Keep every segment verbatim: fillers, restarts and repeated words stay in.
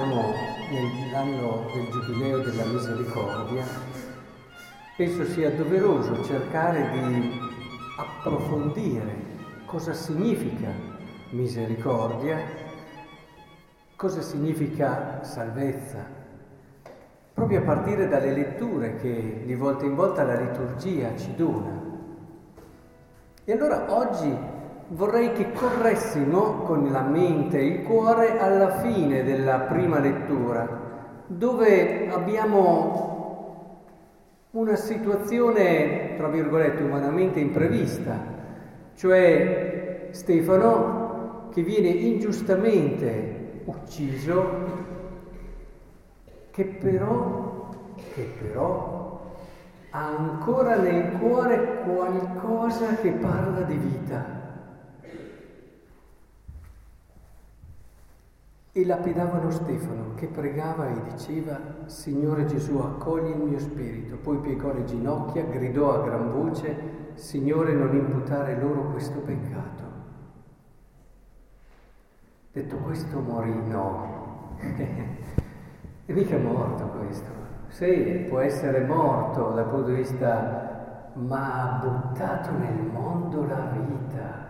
siamo nell'anno del Giubileo della Misericordia, penso sia doveroso cercare di approfondire cosa significa misericordia, cosa significa salvezza, proprio a partire dalle letture che di volta in volta la liturgia ci dona. E allora oggi vorrei che corressimo con la mente e il cuore alla fine della prima lettura, dove abbiamo una situazione, tra virgolette, umanamente imprevista, cioè Stefano che viene ingiustamente ucciso, che però, che però ha ancora nel cuore qualcosa che parla di vita. E lapidavano Stefano, che pregava e diceva: Signore Gesù, accogli il mio spirito. Poi piegò le ginocchia, gridò a gran voce: Signore, non imputare loro questo peccato. Detto questo morì, no. È mica morto questo. Sì, può essere morto dal punto di vista, ma ha buttato nel mondo la vita.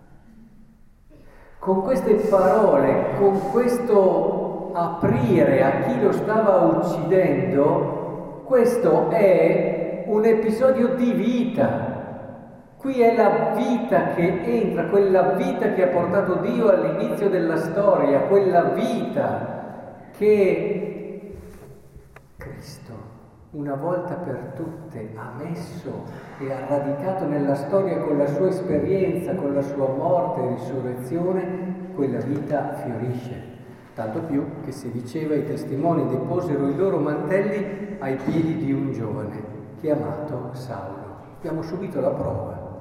Con queste parole, con questo aprire a chi lo stava uccidendo, questo è un episodio di vita. Qui è la vita che entra, quella vita che ha portato Dio all'inizio della storia, quella vita che Cristo una volta per tutte ha messo e ha radicato nella storia con la sua esperienza, con la sua morte e risurrezione. Quella vita fiorisce, tanto più che si diceva i testimoni deposero i loro mantelli ai piedi di un giovane chiamato Saulo. Abbiamo subito la prova.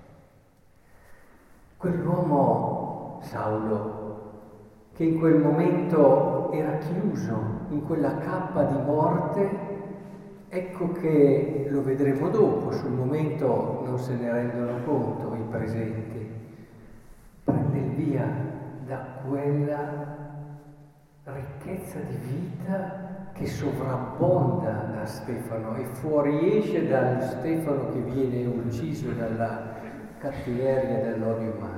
Quell'uomo Saulo, che in quel momento era chiuso in quella cappa di morte, ecco che lo vedremo dopo, sul momento non se ne rendono conto i presenti, prende il via da quella ricchezza di vita che sovrabbonda da Stefano e fuoriesce dal Stefano che viene ucciso dalla cattiveria dell'odio umano.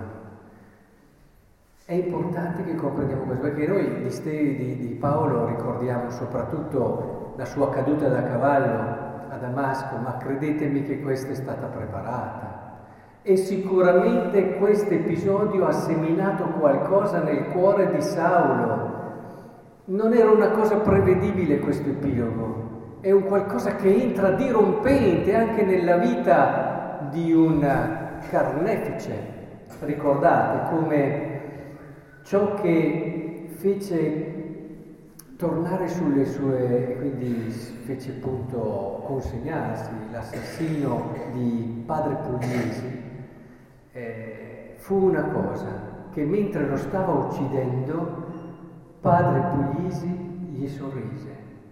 È importante che comprendiamo questo, perché noi di, Ste, di, di Paolo ricordiamo soprattutto la sua caduta da cavallo a Damasco, ma credetemi che questa è stata preparata. E sicuramente questo episodio ha seminato qualcosa nel cuore di Saulo. Non era una cosa prevedibile questo epilogo, è un qualcosa che entra dirompente anche nella vita di un carnefice. Ricordate come ciò che fece tornare sulle sue, quindi fece appunto consegnarsi, l'assassino di padre Pugliesi, eh, fu una cosa, che mentre lo stava uccidendo, padre Pugliesi gli sorrise.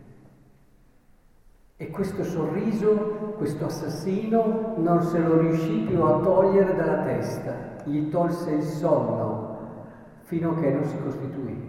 E questo sorriso, questo assassino, non se lo riuscì più a togliere dalla testa, gli tolse il sonno fino a che non si costituì.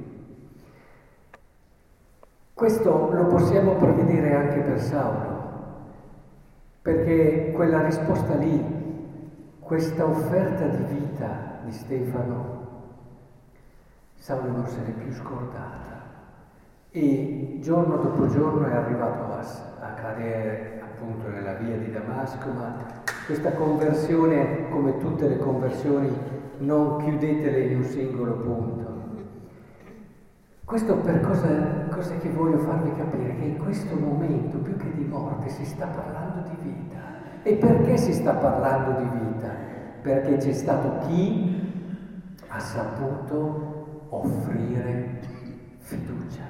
Questo lo possiamo prevedere anche per Saulo, perché quella risposta lì, questa offerta di vita di Stefano, Saulo non se l'è più scordata e giorno dopo giorno è arrivato a, a cadere appunto nella via di Damasco, ma questa conversione, come tutte le conversioni, non chiudetele in un singolo punto. Questo per cosa, cosa che voglio farvi capire? Che in questo momento, più che di morte, si sta parlando di vita. E perché si sta parlando di vita? Perché c'è stato chi ha saputo offrire fiducia.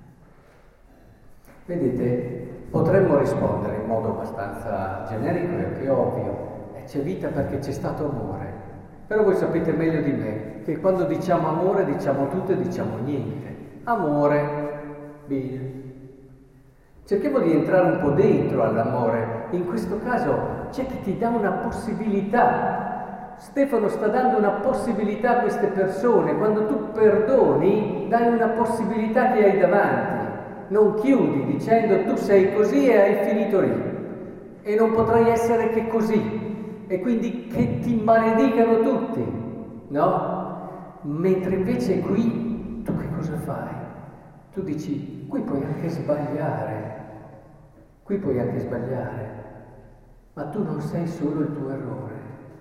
Vedete, potremmo rispondere in modo abbastanza generico e anche ovvio. Eh, c'è vita perché c'è stato amore. Però voi sapete meglio di me che quando diciamo amore diciamo tutto e diciamo niente. Amore, bene. Cerchiamo di entrare un po' dentro all'amore. In questo caso c'è chi ti dà una possibilità. Stefano sta dando una possibilità a queste persone. Quando tu perdoni, dai una possibilità che hai davanti. Non chiudi dicendo tu sei così e hai finito lì. E non potrai essere che così. E quindi che ti maledicano tutti, no? Mentre invece qui, tu che cosa fai? Tu dici, qui puoi anche sbagliare. Qui puoi anche sbagliare. Ma tu non sei solo il tuo errore.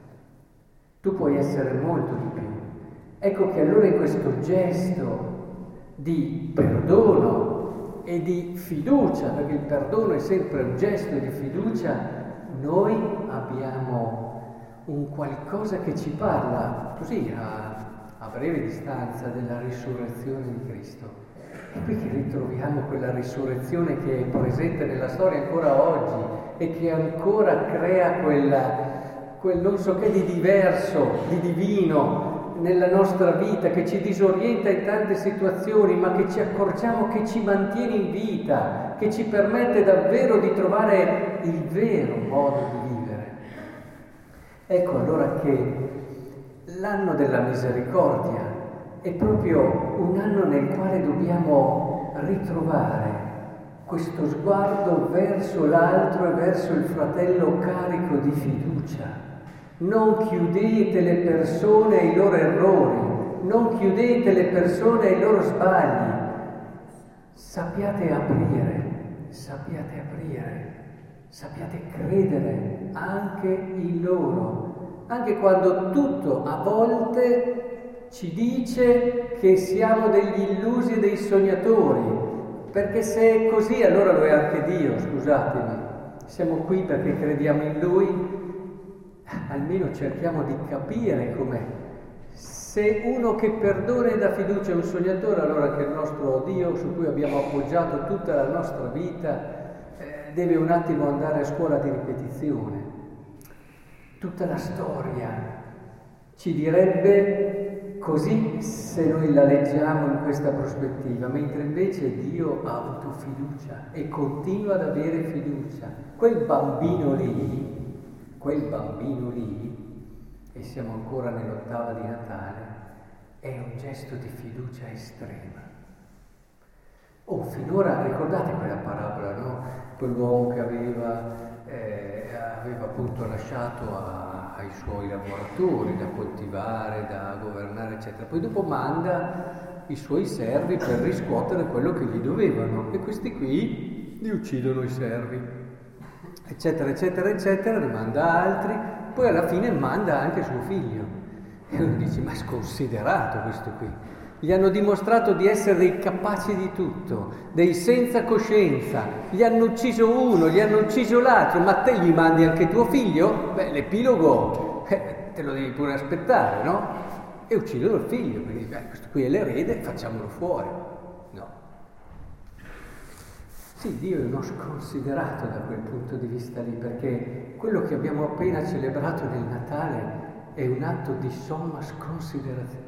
Tu puoi essere molto di più. Ecco che allora in questo gesto di perdono e di fiducia, perché il perdono è sempre un gesto di fiducia, noi abbiamo un qualcosa che ci parla così a, a breve distanza della risurrezione di Cristo. E qui che ritroviamo quella risurrezione che è presente nella storia ancora oggi e che ancora crea quella quel non so che di diverso, di divino nella nostra vita, che ci disorienta in tante situazioni, ma che ci accorgiamo che ci mantiene in vita, che ci permette davvero di trovare il vero modo di vivere. Ecco allora che l'anno della misericordia è proprio un anno nel quale dobbiamo ritrovare questo sguardo verso l'altro e verso il fratello carico di fiducia. Non chiudete le persone ai loro errori, non chiudete le persone ai loro sbagli. Sappiate aprire, sappiate aprire, sappiate credere anche in loro, anche quando tutto a volte ci dice che siamo degli illusi e dei sognatori. Perché se è così, allora lo è anche Dio, scusatemi. Siamo qui perché crediamo in Lui, almeno cerchiamo di capire com'è. Se uno che perdona e dà fiducia è un sognatore, allora che il nostro Dio, su cui abbiamo appoggiato tutta la nostra vita, eh, deve un attimo andare a scuola di ripetizione. Tutta la storia ci direbbe così se noi la leggiamo in questa prospettiva, mentre invece Dio ha avuto fiducia e continua ad avere fiducia. Quel bambino lì, quel bambino lì, e siamo ancora nell'ottava di Natale, è un gesto di fiducia estrema. Oh, finora, ricordate quella parabola, no? Quell'uomo che aveva, eh, aveva appunto lasciato a, ai suoi lavoratori da coltivare, da governare, eccetera. Poi dopo manda i suoi servi per riscuotere quello che gli dovevano e questi qui li uccidono i servi, eccetera, eccetera, eccetera, ne manda altri, poi alla fine manda anche suo figlio. E uno dice, ma è sconsiderato questo qui. Gli hanno dimostrato di essere dei capaci di tutto, dei senza coscienza, gli hanno ucciso uno, gli hanno ucciso l'altro, ma te gli mandi anche tuo figlio? Beh, l'epilogo eh, te lo devi pure aspettare, no? E uccidono il figlio, quindi beh, questo qui è l'erede, facciamolo fuori. No. Sì, Dio è uno sconsiderato da quel punto di vista lì, perché quello che abbiamo appena celebrato nel Natale è un atto di somma sconsideratezza.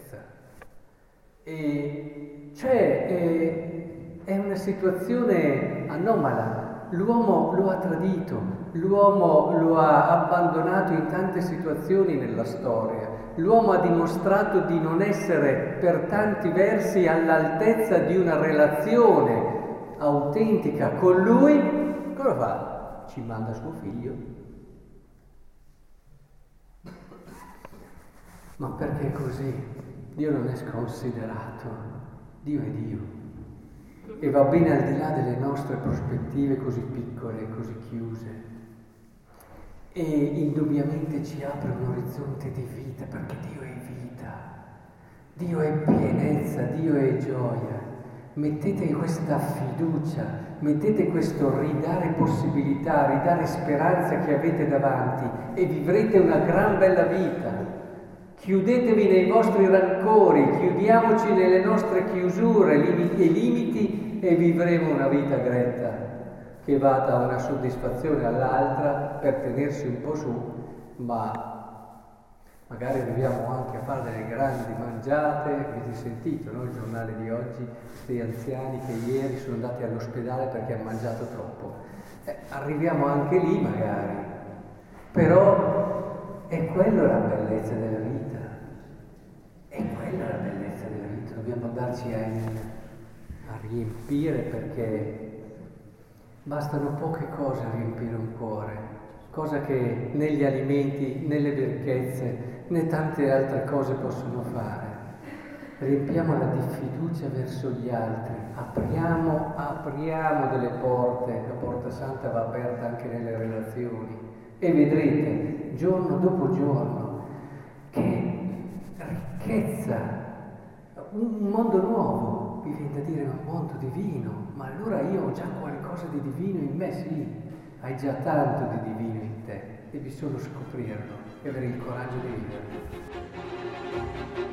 E cioè è, è una situazione anomala. L'uomo lo ha tradito, l'uomo lo ha abbandonato in tante situazioni nella storia. L'uomo ha dimostrato di non essere per tanti versi all'altezza di una relazione autentica con lui. Cosa fa? Ci manda suo figlio. Ma perché così? Dio non è sconsiderato, Dio è Dio e va bene al di là delle nostre prospettive così piccole, così chiuse, e indubbiamente ci apre un orizzonte di vita, perché Dio è vita, Dio è pienezza, Dio è gioia. Mettete questa fiducia, mettete questo ridare possibilità, ridare speranza che avete davanti e vivrete una gran bella vita. Chiudetevi nei vostri rancori, chiudiamoci nelle nostre chiusure limiti e limiti e vivremo una vita gretta che va da una soddisfazione all'altra per tenersi un po' su, ma magari arriviamo anche a fare delle grandi mangiate. Avete sentito, no? Il giornale di oggi, questi anziani che ieri sono andati all'ospedale perché hanno mangiato troppo. Eh, arriviamo anche lì magari, però è quella la bellezza della vita, è quella la bellezza della vita, dobbiamo andarci a, a riempire, perché bastano poche cose a riempire un cuore, cosa che né gli alimenti, né le ricchezze, né tante altre cose possono fare. Riempiamola di fiducia verso gli altri, apriamo, apriamo delle porte, la porta santa va aperta anche nelle relazioni e vedrete giorno dopo giorno che ricchezza, un mondo nuovo, mi viene da dire un mondo divino, ma allora io ho già qualcosa di divino in me, sì, hai già tanto di divino in te, devi solo scoprirlo e avere il coraggio di viverlo.